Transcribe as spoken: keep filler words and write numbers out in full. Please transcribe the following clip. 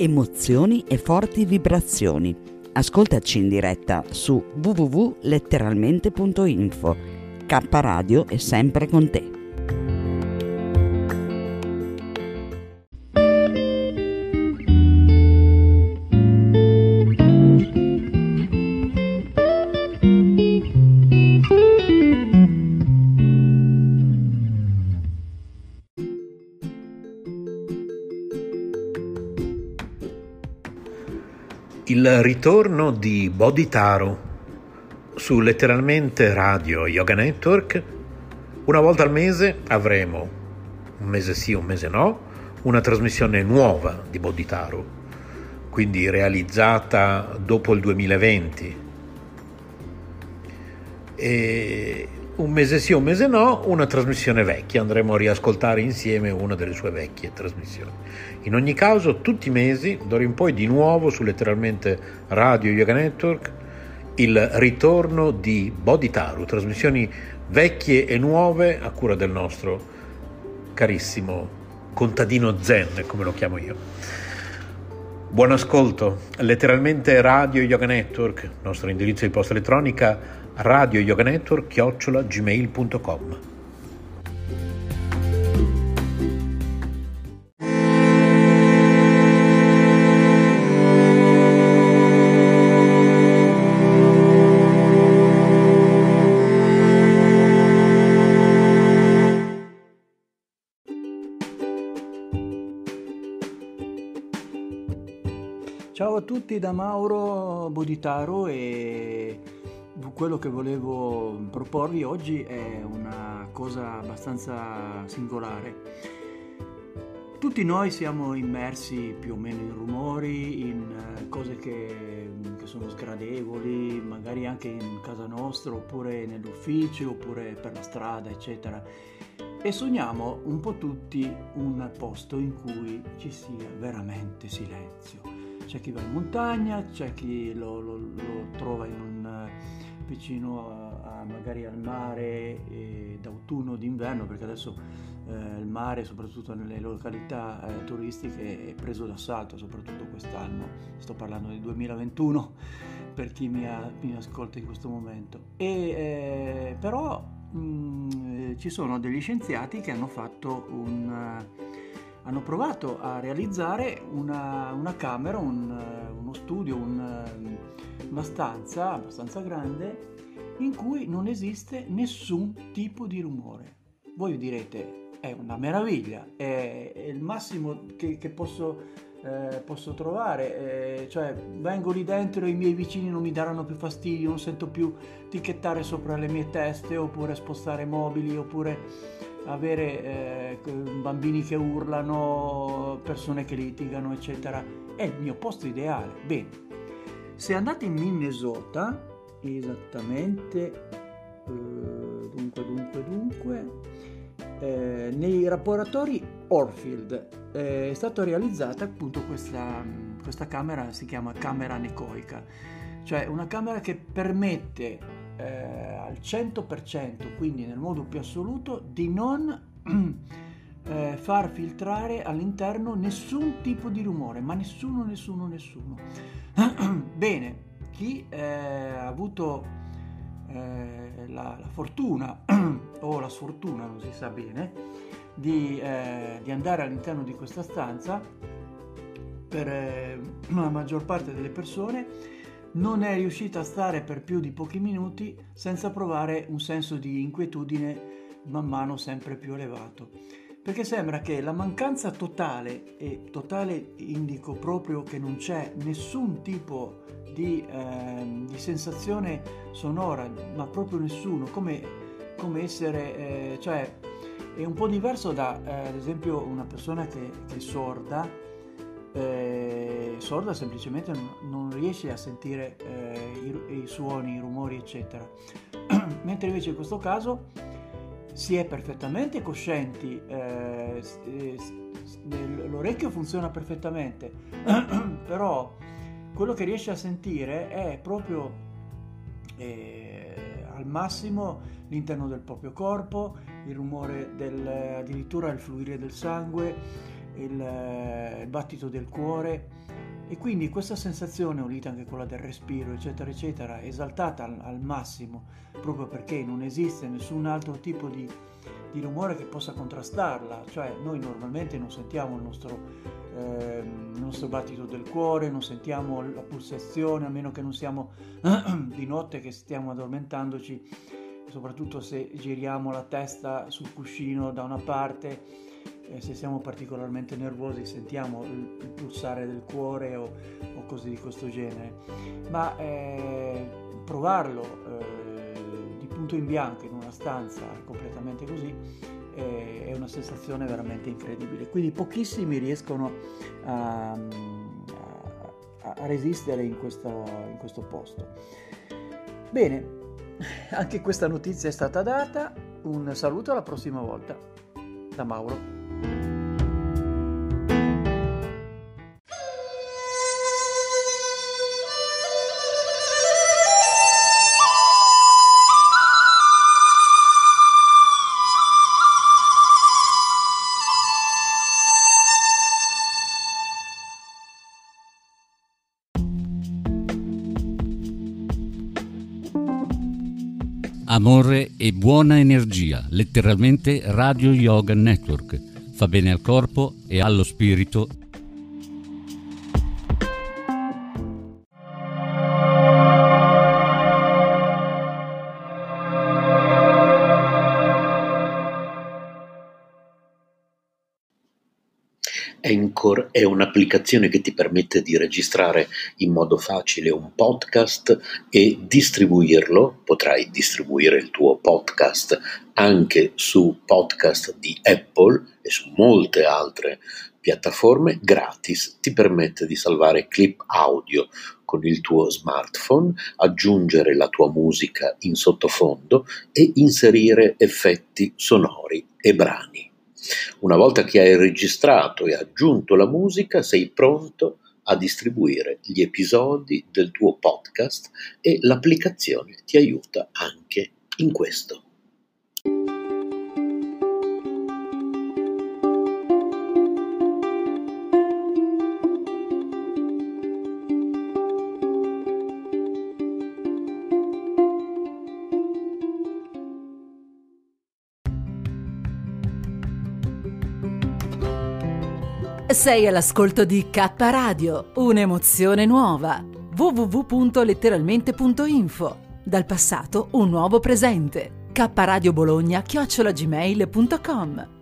emozioni e forti vibrazioni. Ascoltaci in diretta su w w w punto letteralmente punto info. K Radio è sempre con te. Il ritorno di Bodhitaro su Letteralmente Radio Yoga Network. Una volta al mese avremo, un mese sì, un mese no, una trasmissione nuova di Bodhitaro, quindi realizzata dopo il duemilaventi. E un mese sì, un mese no, una trasmissione vecchia. Andremo a riascoltare insieme una delle sue vecchie trasmissioni. In ogni caso, tutti i mesi, d'ora in poi, di nuovo su Letteralmente Radio Yoga Network, il ritorno di Bodhitaro, trasmissioni vecchie e nuove a cura del nostro carissimo contadino Zen, come lo chiamo io. Buon ascolto. Letteralmente Radio Yoga Network, nostro indirizzo di posta elettronica radio yoga network chiocciola gmail punto com. Ciao a tutti da Mauro Bodhitaro, e quello che volevo proporvi oggi è una cosa abbastanza singolare. Tutti noi siamo immersi più o meno in rumori, in cose che, che sono sgradevoli, magari anche in casa nostra, oppure nell'ufficio, oppure per la strada, eccetera. E sogniamo un po' tutti un posto in cui ci sia veramente silenzio. C'è chi va in montagna, c'è chi lo, lo, lo trova in un, vicino a, a magari al mare eh, d'autunno o d'inverno, perché adesso eh, il mare, soprattutto nelle località eh, turistiche, è preso d'assalto, soprattutto quest'anno. Sto parlando del duemilaventuno per chi mi, ha, mi ascolta in questo momento. E, eh, però mh, ci sono degli scienziati che hanno fatto un... hanno provato a realizzare una, una camera, un, uno studio, un, una stanza abbastanza grande in cui non esiste nessun tipo di rumore. Voi direte, è una meraviglia, è, è il massimo che, che posso, eh, posso trovare, eh, cioè vengo lì dentro e i miei vicini non mi daranno più fastidio, non sento più ticchettare sopra le mie teste, oppure spostare mobili, oppure avere eh, bambini che urlano, persone che litigano, eccetera. È il mio posto ideale. Bene, se andate in Minnesota, esattamente, eh, dunque, dunque, dunque, eh, nei laboratori Orfield eh, è stata realizzata appunto questa, questa camera, si chiama camera anecoica, cioè una camera che permette Eh, al cento per cento, quindi nel modo più assoluto, di non eh, far filtrare all'interno nessun tipo di rumore, ma nessuno, nessuno, nessuno. Bene, chi eh, ha avuto eh, la, la fortuna o la sfortuna, non si sa bene, di, eh, di andare all'interno di questa stanza, per eh, la maggior parte delle persone non è riuscita a stare per più di pochi minuti senza provare un senso di inquietudine man mano sempre più elevato, perché sembra che la mancanza totale, e totale indico proprio che non c'è nessun tipo di, eh, di sensazione sonora, ma proprio nessuno, come, come essere, eh, cioè è un po' diverso da eh, ad esempio una persona che, che è sorda. Eh, sorda semplicemente non, non riesce a sentire eh, i, i suoni, i rumori, eccetera. Mentre invece in questo caso si è perfettamente coscienti, eh, eh, l'orecchio funziona perfettamente, però quello che riesce a sentire è proprio eh, al massimo l'interno del proprio corpo, il rumore del, addirittura il fluire del sangue, il, il battito del cuore, e quindi questa sensazione, unita anche quella del respiro, eccetera eccetera, esaltata al, al massimo, proprio perché non esiste nessun altro tipo di, di rumore che possa contrastarla. Cioè noi normalmente non sentiamo il nostro, eh, il nostro battito del cuore, non sentiamo la pulsazione, a meno che non siamo di notte che stiamo addormentandoci, soprattutto se giriamo la testa sul cuscino da una parte. Eh, se siamo particolarmente nervosi sentiamo il, il pulsare del cuore o, o cose di questo genere, ma eh, provarlo eh, di punto in bianco in una stanza completamente così eh, è una sensazione veramente incredibile. Quindi pochissimi riescono a, a, a resistere in, questa, in questo posto. Bene, anche questa notizia è stata data. Un saluto, alla prossima volta da Mauro. Amore e buona energia, letteralmente Radio Yoga Network. Fa bene al corpo e allo spirito. Anchor è un'applicazione che ti permette di registrare in modo facile un podcast e distribuirlo. Potrai distribuire il tuo podcast anche su podcast di Apple e su molte altre piattaforme gratis. Ti permette di salvare clip audio con il tuo smartphone, aggiungere la tua musica in sottofondo e inserire effetti sonori e brani. Una volta che hai registrato e aggiunto la musica, sei pronto a distribuire gli episodi del tuo podcast e l'applicazione ti aiuta anche in questo. Sei all'ascolto di K Radio, un'emozione nuova. w w w punto letteralmente punto info. Dal passato un nuovo presente. K Radio Bologna chiocciola gmail punto com.